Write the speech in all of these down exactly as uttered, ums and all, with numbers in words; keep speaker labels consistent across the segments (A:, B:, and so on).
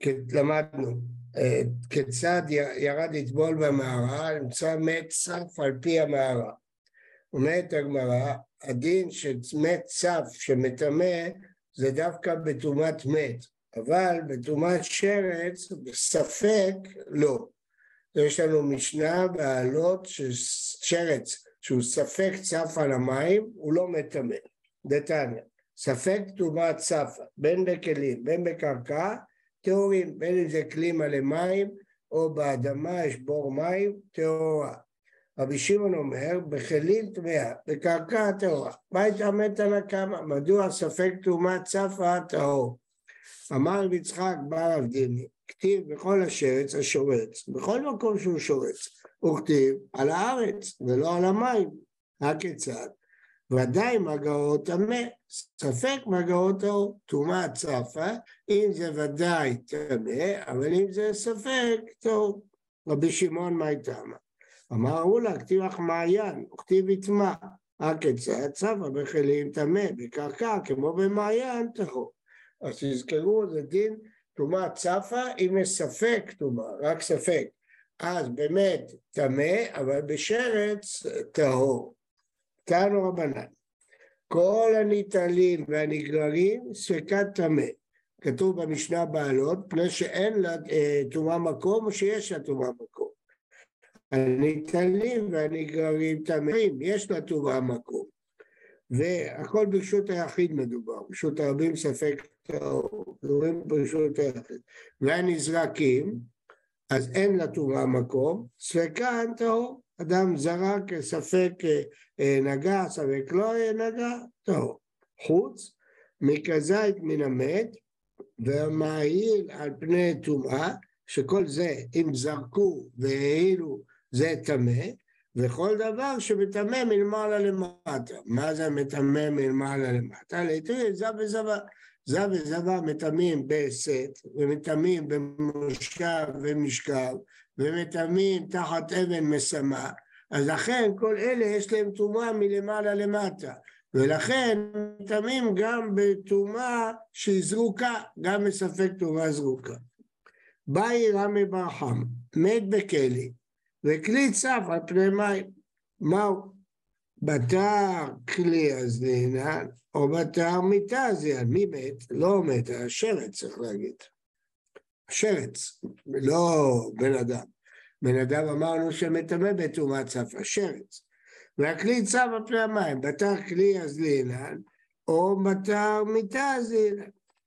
A: למדנו, כיצד ירד לטבול במערה, נמצא מת צף על פי המערה. אומרת הגמרא, הדין שמת צף שמטמא זה דווקא בטומאת מת, אבל בטומאת שרץ ספק לא. יש לנו משנה בעלות ששרץ שהוא ספק צף על המים, הוא לא מטמא. דתניא, ספק טומאת צפה, בין בכלים, בין בקרקע, טהורים, בין אם זה כלי מלא מים, או באדמה יש בור מים, טהורה. רבי שמעון אומר, בכלים טמאה, בקרקע טהורה. מה יטמא תנא קמא? מדוע ספק טומאת צפה טהור? אמר רבי יצחק בר אבדימי, כתיב בכל השרץ השורץ, בכל מקום שהוא שורץ, הוא כתיב על הארץ ולא על המים. הכיצד? ודאי מגעו טמא, ספק מגעו טהור, טומאת צפה, אם זה ודאי טמא, אבל אם זה ספק טהור. רבי שמעון מה יטמא? אמרו לה, כתיב לך מעיין, וכתיב יטמא, הכיצד? צפה בכלים טמא, בקרקע כמו במעיין טהור. אז תזכרו, זה דין טומאת צפה, אם יש ספק טומאה, רק ספק, אז באמת טמא, אבל בשרץ טהור. תנו רבנן, כל הניטלים והנגררים ספקת טמא. כתוב במשנה בעלות, פני שאין לה טומאה מקום או שיש לה טומאה מקום. הניטלים והנגררים טמאים, יש לה טומאה מקום. והכל ברשות היחיד מדובר, ברשות הרבים ספק טהור, ברשות היחיד. והנזרקים, אז אין לה טומאה מקום, ספקן טהור. אדם זרק, ספק נגע, ספק לא נגע, טהור. חוץ מכזית מן המת, והמעיל על פני טומאה, שכל זה, אם זרקו והעילו, זה טמא, וכל דבר שמטמא מלמעלה למטה. מה זה מטמא מלמעלה למטה? להתריד, זב וזבה. זב וזבה מטמאים בסת, ומטמאים במושב ומשכב, ומטמאים תחת אבן מסמה. אז לכן כל אלה יש להם טומאה מלמעלה למטה. ולכן מטמאים גם בטומאה שהיא זרוקה, גם מספק טומאה זרוקה. באי רמי בר חמא, מת בכלי, וכלי צף על פני מים. מהו? בתר כלי הזלינן, או בתר מיטה זלינן. מי מת? לא מת, השרץ צריך להגיד. השרץ, לא בן אדם. בן אדם אמרנו שמטמא בטומאת צף, השרץ. והכלי צף על פני המים, בתר כלי הזלינן, או בתר מיטה זלינן.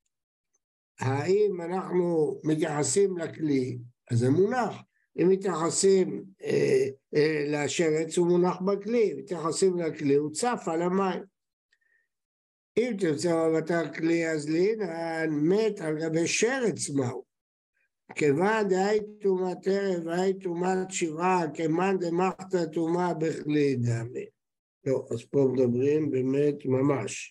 A: האם אנחנו מתייחסים לכלי, אז זה מונח. אם מתייחסים אה, אה, לשרץ, הוא מונח בכלי, מתייחסים לכלי, הוא צף על המים. אם תמצא בתר כלי הזלינן, מת על גבי שרץ מהו. כיוון דהי טומאת ערב, והי טומאת שבעה, כמאן דמחתא טומאה בכלי דמי. לא, אז פה מדברים באמת ממש.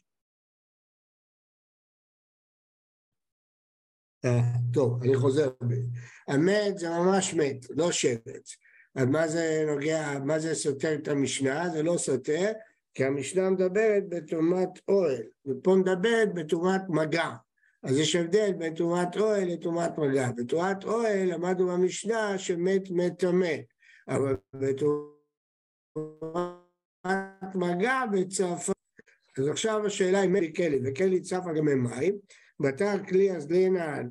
A: טוב, אני חוזר. המת זה ממש מת, לא שרץ. אז מה זה נוגע, מה זה סותר את המשנה? זה לא סותר, כי המשנה מדברת בטומאת אוהל, ופה מדברת בטומאת מגע. אז יש הבדל בין טומאת אוהל לטומאת מגע. בטומאת אוהל למדנו במשנה שמת מת טמא, אבל בטומאת מגע בצפה. אז עכשיו השאלה היא מת בכלי, וכלי צפה גם מים, בתר כלי הזלינן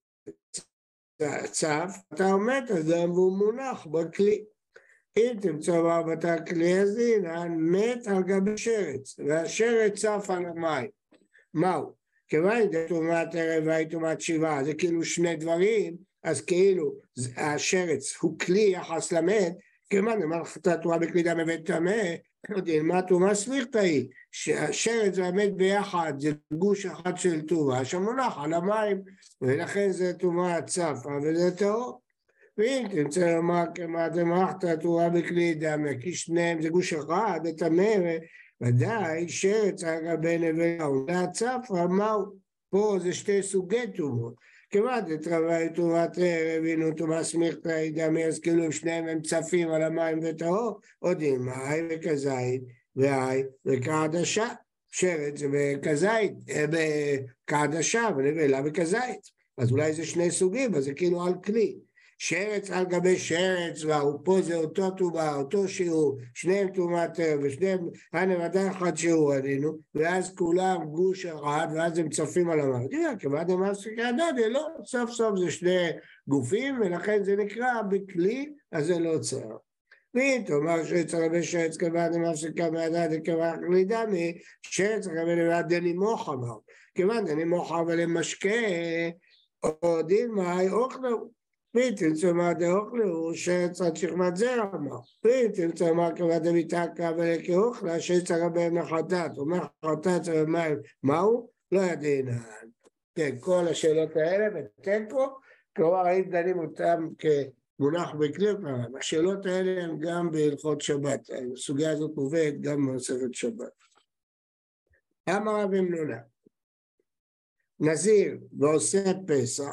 A: וצף, אתה עומד אז הוא מונח בכלי. אם תמצא בתר כלי הזלינן, מת על גבי שרץ, והשרץ צף על המים. מהו? כיוון טומאת ערב והי טומאת שבעה, זה כאילו שני דברים, אז כאילו השרץ הוא כלי יחס למת, כיוון דמחתא טומאה בכלי דמי וטמא, מה טומאה סליחתא היא, שהשרץ והמת ביחד זה גוש אחד של טומאה שמונח על המים, ולכן זה טומאה צפה וזה טהור. ואם תמצא לומר כמה דמחתא טומאה בכלי דמי, כי שניהם זה גוש אחד, וטמא, ודאי שרץ על גבי נבלה צפה, מהו? פה זה שתי סוגי טומאות. כמעט דתרווה טומאת ערב, הנה טומאה סמיכתא דמי, אז כאילו הם שניהם הם צפים על המים וטהור, עוד עם האי וכזית, והאי וכעדשה. שרץ וכזית, כעדשה ונבלה וכזית. אז אולי זה שני סוגים, אז זה כאילו על כלי. שרץ על גבי שרץ, ופה זה אותו טומאה, אותו שיעור, שניהם טומאת טרף, ושניהם, הנה ודאי אחד שיעור עלינו, ואז כולם גוש אחד, ואז הם צפים על המערב. תראה, כמעט המעסיק הדדי, לא, סוף סוף זה שני גופים, ולכן זה נקרא בכלי, אז זה לא צער. ואם תאמר שרץ על גבי שרץ, כמעט המעסיק הדדי, כמעט כלי דמי, שרץ על גבי לבד דני מוח אמר, כמעט דני מוח אבל הם משקה, או דילמאי אוכלו. ואם תמצא מה דאוכלו, שרץ עד שכמת זרע אמר. ואם תמצא מה כמעט דמיתקה ולכאוכלה, שרץ על גבי מחטאת, אומר מחטאת על מים, מהו? לא ידעינן. כן, כל השאלות האלה בתיקו, כלומר, האם דנים אותם כמונח בכלי, השאלות האלה הן גם בהלכות שבת, הסוגיה הזאת מובאת גם במסכת שבת. אמר רבי מנונה, נזיר ועושה פסח,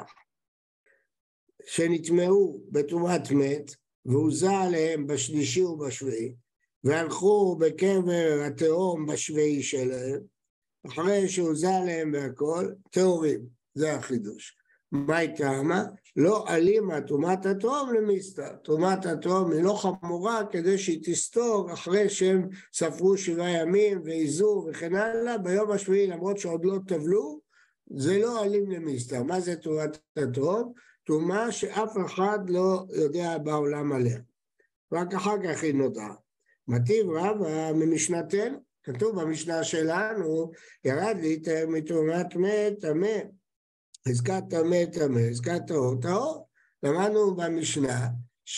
A: שנטמעו בטומאת מת, והוזע עליהם בשלישי ובשביעי, והלכו בקבר התהום בשביעי שלהם, אחרי שהוזע עליהם והכל, טהורים, זה החידוש. מה איתמה? לא אלימה טומאת התהום למסתר. טומאת התהום היא לא חמורה כדי שהיא תסתור אחרי שהם ספרו שבעה ימים ואיזו וכן הלאה, ביום השביעי למרות שעוד לא טבלו, זה לא אלים למסתר. מה זה טומאת התהום? טומאה שאף אחד לא יודע בעולם עליה. רק אחר כך היא נודעה. מטיב רבא ממשנתנו, כתוב במשנה שלנו, ירד להיטהר מטומאת מת טמא. חזקת טמא טמא, חזקת טהור טהור. למדנו במשנה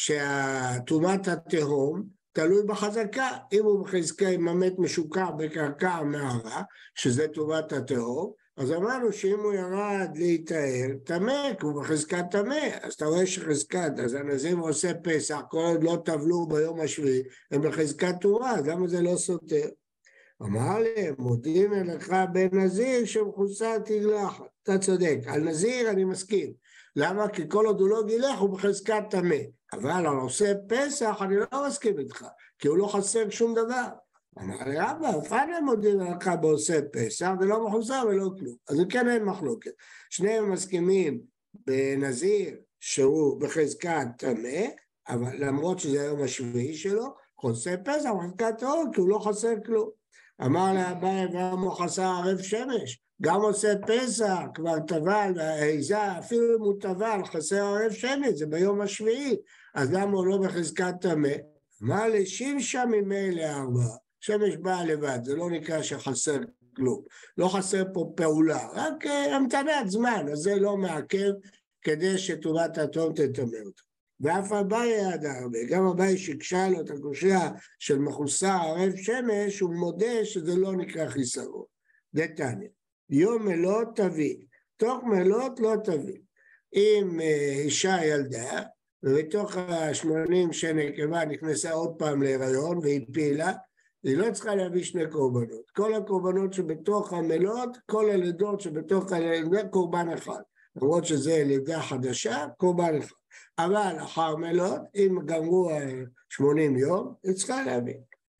A: שהטומאת התהום תלוי בחזקה. אם הוא בחזקה, אם המת משוקע בקרקע מערה, שזה טומאת התהום, אז אמרנו שאם הוא ירד להיטהר, טמא, כי הוא בחזקת טמא, אז אתה רואה שחזקת, אז הנזיר עושה פסח, כל עוד לא טבלו ביום השביעי, הם בחזקת טומאה, אז למה זה לא סותר? אמר להם, מודים אליך בן נזיר שמחוסר תגלחת. אתה צודק, על נזיר אני מסכים. למה? כי כל עוד הוא לא גילח הוא בחזקת טמא. אבל על עושה פסח אני לא מסכים איתך, כי הוא לא חסר שום דבר. אמר לי, רבא, אופן הם מודים לך בעושה פסח, ולא מחוסר ולא כלום. אז כן אין מחלוקת. שניהם מסכימים בנזיר שהוא בחזקת טמא, אבל למרות שזה היום השביעי שלו, עושה פסח בחזקת טהור, כי הוא לא חסר כלום. אמר לאביי ואמו חסר ערב שמש, גם עושה פסח, כבר טבל, והעיזה, אפילו אם הוא טבל, חסר ערב שמש, זה ביום השביעי, אז למה הוא לא בחזקת טמא? אמר לי, שימשה ממילא ארבע, שמש באה לבד, זה לא נקרא שחסר כלום, לא חסר פה פעולה, רק המתנת זמן, אז זה לא מעכב כדי שטומאת התהום תטמא אותו. ואף אביי ידע הרבה, גם אביי שקשה לו את הקושיה של מחוסר ערב שמש, הוא מודה שזה לא נקרא חיסרון. דתניא, יום מלות תביא, תוך מלות לא תביא. אם אישה ילדה, ובתוך השמונים שנקבה נכנסה עוד פעם להיריון והפילה, היא לא צריכה להביא שני קורבנות. כל הקורבנות שבתוך המלות, כל הלידות שבתוך הלידה, קורבן אחד. למרות שזה לידה חדשה, קורבן אחד. אבל אחר מלות, אם גמרו שמונים יום, היא צריכה להביא.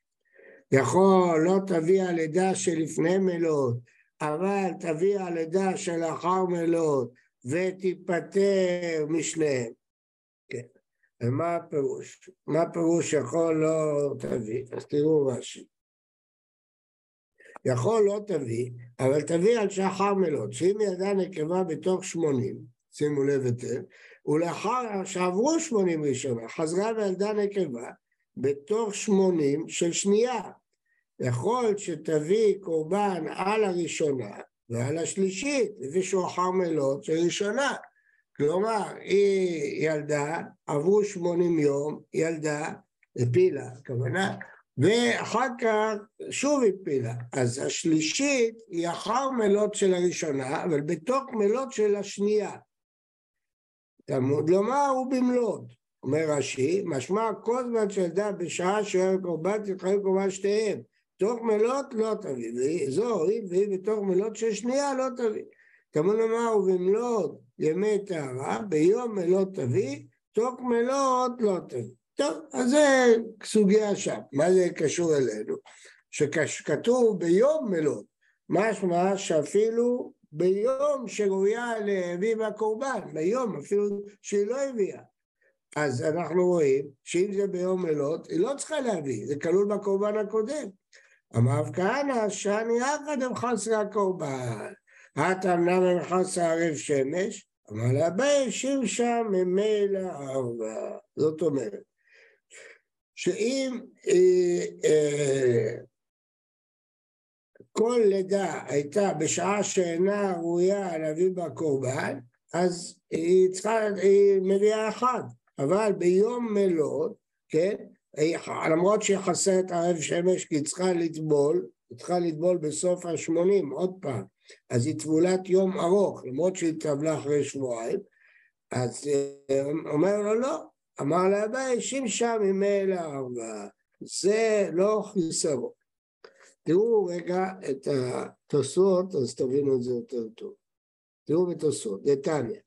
A: יכול לא תביא הלידה שלפני מלות, אבל תביא הלידה של אחר מלות, ותיפטר משניהם. כן. ומה הפירוש? מה הפירוש יכול לא תביא? אז תראו רש"י. יכול לא תביא, אבל תביא על שאחר מלות, שאם ידעה נקבה בתוך שמונים, שימו לב יותר, ולאחר שעברו שמונים ראשונה, חזרה וילדה נקבה בתוך שמונים של שנייה. יכול שתביא קורבן על הראשונה ועל השלישית, לפי שהוא אחר מלות של ראשונה. כלומר, היא ילדה, עברו שמונים יום, ילדה, הפילה, הכוונה, ואחר כך שוב הפילה. אז השלישית היא אחר מלות של הראשונה, אבל בתוך מלות של השנייה. תלמוד לומר הוא במלוד, אומר רש"י, משמע כל זמן שילדה בשעה שאוהב קורבן תתחייב קורבן שתיהם, תוך מלות לא תביא, זו היא והיא בתוך מלות של שנייה לא תביא. תלמוד לומר הוא במלוד ימי טהרה, ביום מלות תביא, תוך מלות לא תביא. טוב, אז זה סוגיה שם, מה זה קשור אלינו? שכתוב ביום מלות, משמע שאפילו ביום שראויה להביא בקורבן, ביום אפילו שהיא לא הביאה. אז אנחנו רואים שאם זה ביום מלות, היא לא צריכה להביא, זה כלול בקורבן הקודם. אמר רב כהנא, שאני יחד הם חסרי הקורבן. התמנם הם חסרי ערב שמש, אמר לאביי, שימשה ממילא ארבע. זאת אומרת, שאם אה, אה, כל לידה הייתה בשעה שאינה ראויה להביא בקורבן, אז היא צריכה, היא מביאה אחד. אבל ביום מלות, כן, למרות שהיא חסרת ערב שמש, כי היא צריכה לטבול, היא צריכה לטבול בסוף ה-שמונים, עוד פעם, אז היא טבולת יום ארוך, למרות שהיא טבלה אחרי שבועיים, אז אומר לו לא, אמר לאביי, שימשה ממילא ארבע, זה לא חיסרו. תראו רגע את התוספות, אז תבינו את זה יותר טוב. תראו בתוספות, דתניא.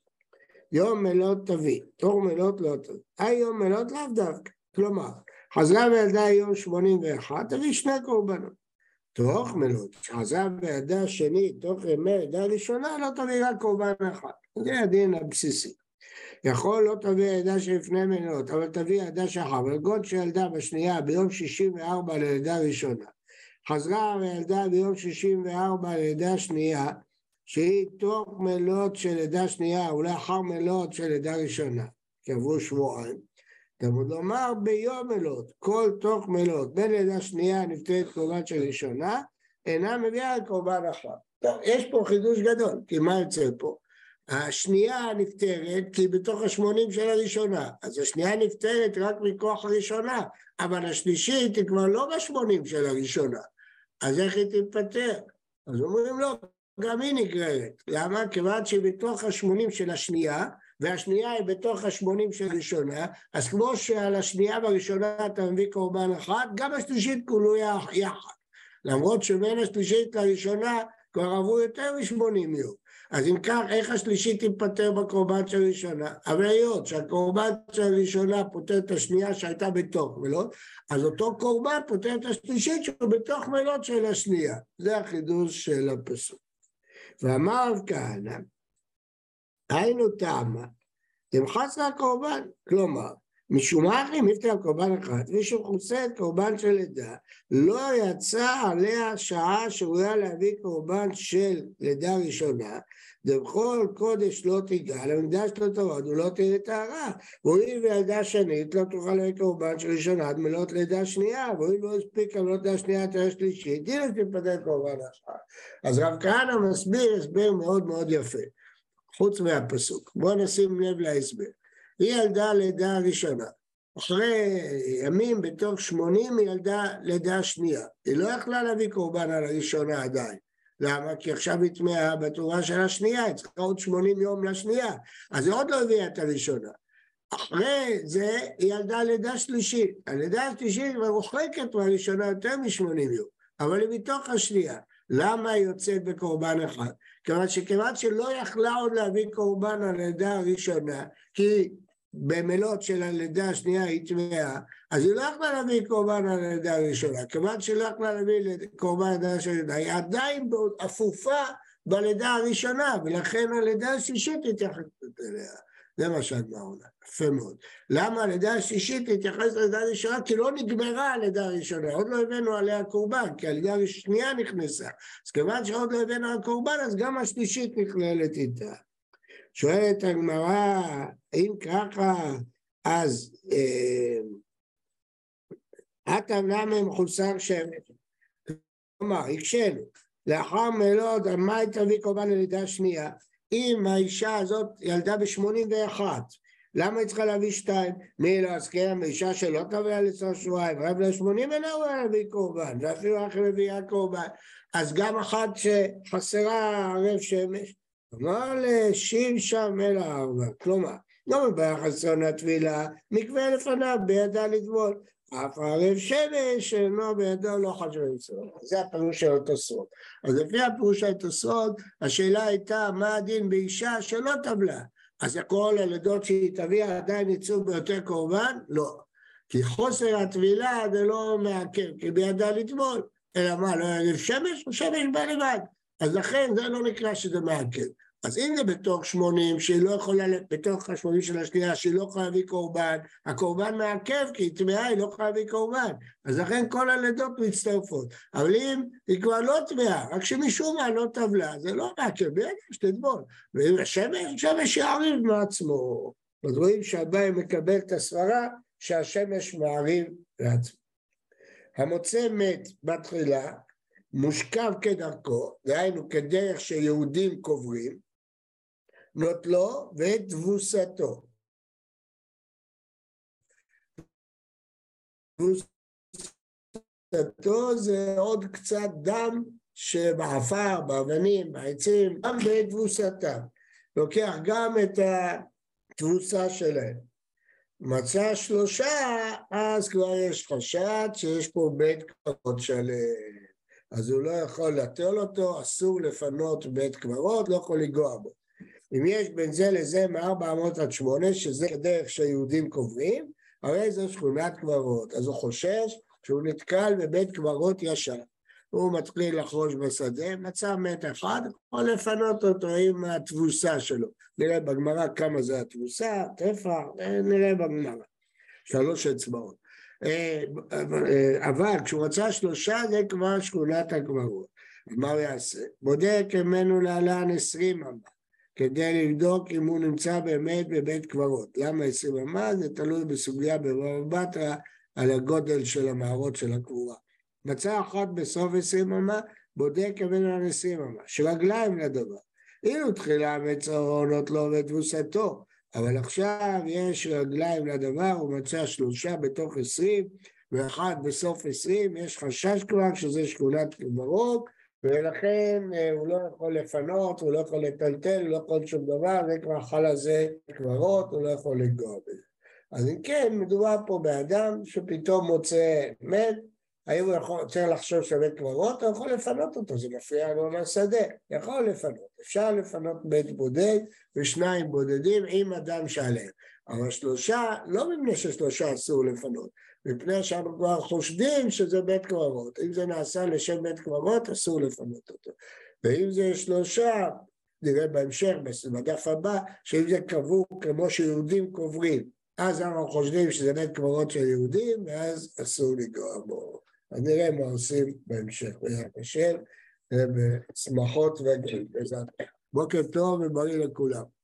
A: יום מלות תביא, תוך מלות לא תביא. היי יום מלות לאו דווקא. כלומר, חזרה וילדה יום שמונים ואחת, תביא שני קורבנות. תוך מלות, שחזרה וילדה שני, תוך ימי לידה ראשונה, לא תביא רק קורבן אחד. זה הדין הבסיסי. יכול לא תביא ילדה שלפני מלות, אבל תביא ילדה שאחר. ולגוד שילדה בשנייה ביום שישים וארבע ללידה ראשונה. חזרה וילדה ביום שישים וארבע ללידה שנייה, שהיא תוך מלות של לידה שנייה, ולאחר מלות של לידה ראשונה, כי עברו שבועיים. תמוד לומר ביום מלות, כל תוך מלות, בין לידה שנייה נפטרת קורבן של ראשונה, אינה מביאה קורבן אחר. טוב, יש פה חידוש גדול, כי מה יוצא פה? השנייה נפטרת כי בתוך השמונים של הראשונה, אז השנייה נפטרת רק מכוח הראשונה, אבל השלישית היא כבר לא בשמונים של הראשונה, אז איך היא תתפטר? אז אומרים לו, גם היא נגררת. למה? כיוון שהיא בתוך השמונים של השנייה, והשנייה היא בתוך השמונים של הראשונה, אז כמו שעל השנייה והראשונה אתה מביא קורבן אחד, גם השלישית כולו יחד. למרות שבין השלישית לראשונה כבר עברו יותר מ-שמונים יום. אז אם כך, איך השלישית תיפטר בקורבן של הראשונה? אבל היות שהקורבן של הראשונה פותר את השנייה שהייתה בתוך מלות, אז אותו קורבן פותר את השלישית שהוא בתוך מלות של השנייה. זה החידוש של הפסוק. ואמר רב כהנא, היינו טעמה, תמחץ לה קורבן, כלומר, משום אחי מפתח קורבן אחד, מישהו חוצה את קורבן של לידה, לא יצא עליה שעה שראויה להביא קורבן של לידה ראשונה, ובכל קודש לא תיגע, למקדש לא תורד, הוא לא תהיה טהרה, והואיל וילדה שנית לא תוכל להביא קורבן של ראשונה, עד מלות לידה שנייה, והואיל לא הספיק מלות לידה שנייה, תהיה שלישית, דין שתיפטר קורבן אחת. אז רב כהנא מסביר הסבר מאוד מאוד יפה, חוץ מהפסוק. בואו נשים לב להסבר. היא ילדה לידה ראשונה, אחרי ימים בתוך שמונים היא ילדה לידה שנייה, היא לא יכלה להביא קורבן על הראשונה עדיין, למה? כי עכשיו היא טמאה בתורה של השנייה, היא צריכה עוד שמונים יום לשנייה, אז היא עוד לא הביאה את הראשונה, אחרי זה היא ילדה לידה שלישית, הלידה השלישית כבר רוחקת מהראשונה יותר מ-שמונים יום, אבל היא מתוך השנייה, למה היא יוצאת בקורבן אחד? כיוון שכיוון שלא יכלה עוד להביא קורבן על הלידה הראשונה, כי במלות של הלידה השנייה היא טמאה, אז היא לא יכלה להביא קורבן על הלידה הראשונה, כיוון שלא יכלה להביא קורבן על הלידה הראשונה, היא עדיין אפופה בלידה הראשונה, ולכן הלידה השישית התייחסת אליה. זה מה שהגמרא אומר, יפה מאוד. למה הלידה השישית להתייחס ללידה הראשונה? כי לא נגמרה הלידה הראשונה, עוד לא הבאנו עליה קורבן, כי הלידה השנייה נכנסה. אז כיוון שעוד לא הבאנו על קורבן, אז גם השלישית נכללת איתה. שואלת הגמרא, אם ככה, אז התמנם מחוסר שמש. כלומר, הקשנו, לאחר מלות, מה היא תביא קורבן ללידה שנייה? אם האישה הזאת ילדה ב-שמונים ואחת, למה היא צריכה להביא שתיים? מי לא עסקה מאישה שלא תביא לצור שבועיים, רב ל-שמונים אינה הוא להביא קורבן, ואפילו אחרי מביאה קורבן, אז גם אחת שחסרה ערב שמש, אמר לשימשה ממילא ארבע, כלומר, לא ביחס לטבילה, מקווה לפניו בידה לטבול, אף ערב שמש אינו בידו לא חשוב לצרוך. זה הפירוש של התוספות. אז לפי הפירוש של התוספות, השאלה הייתה מה הדין באישה שלא טבלה. אז כל הלידות שהיא תביא עדיין יצאו ביותר קורבן? לא. כי חוסר הטבילה זה לא מעכב, כי בידה לטבול. אלא מה, לא ערב שמש? שמש בא לבד. אז לכן זה לא נקרא שזה מעכב. אז אם זה בתוך שמונים, שהיא לא יכולה, בתוך השמונים של השנייה, שהיא לא יכולה להביא קורבן, הקורבן מעכב, כי היא טמאה, היא לא יכולה להביא קורבן. אז לכן כל הלידות מצטרפות. אבל אם היא כבר לא טמאה, רק שמשום מה לא טבלה, זה לא מעכב, בידע שתטבול. ואם השמש, השמש יעריב מעצמו. אז רואים שהבאי מקבל את הסברה, שהשמש מעריב לעצמו. המוצא מת בתחילה, מושכב כדרכו, דהיינו כדרך שיהודים קוברים, נוטלו ואת תבוסתו. תבוסתו זה עוד קצת דם שבעפר, באבנים, בעצים, גם ואת תבוסתם. לוקח גם את התבוסה שלהם. מצא שלושה, אז כבר יש חשד שיש פה בית קברות שלם. אז הוא לא יכול לטול אותו, אסור לפנות בית קברות, לא יכול לגוע בו. אם יש בין זה לזה מ-ארבע מאות עד שמונה, שזה דרך שיהודים קוברים, הרי זו שכונת קברות. אז הוא חושש שהוא נתקל בבית קברות ישר. הוא מתחיל לחרוש בשדה, מצא מת אחד, יכול לפנות אותו עם התבוסה שלו. נראה בגמרא כמה זה התבוסה, טפח, נראה בגמרא. שלוש אצבעות. אבל כשהוא מצא שלושה זה כבר שכונת הקברות. מה הוא יעשה? בודק ממנו להלן עשרים אמה, כדי לבדוק אם הוא נמצא באמת בבית קברות. למה עשרים אמה? זה תלוי בסוגיה בבבא בתרא על הגודל של המערות של הקבורה. מצא אחת בסוף עשרים אמה, בודק ממנו להלן עשרים אמה, שרגליים לדבר. אילו תחילה מצרונות לו ותבוסתו, אבל עכשיו יש רגליים לדבר, הוא מצא שלושה בתוך עשרים, ואחד בסוף עשרים, יש חשש כבר שזה שכונת קברות, ולכן הוא לא יכול לפנות, הוא לא יכול לטלטל, הוא לא יכול שום דבר, זה כבר חל הזה קברות, הוא לא יכול לגוע בזה. אז אם כן, מדובר פה באדם שפתאום מוצא מת, האם הוא יכול, צריך לחשוב שבית קברות, הוא יכול לפנות אותו, זה מפריע לו לשדה, יכול לפנות, אפשר לפנות בית בודד ושניים בודדים עם אדם שעליהם, אבל שלושה, לא מפני ששלושה אסור לפנות, מפני שאנחנו כבר חושדים שזה בית קברות, אם זה נעשה לשם בית קברות, אסור לפנות אותו, ואם זה שלושה, נראה בהמשך, בדף הבא, שאם זה קבור כמו שיהודים קוברים, אז אנחנו חושדים שזה בית קברות של יהודים, ואז אסור לגוע בו. אז נראה מה עושים בהמשך, בעזרת השם, בשמחות וגאים. בוקר טוב ובריא לכולם.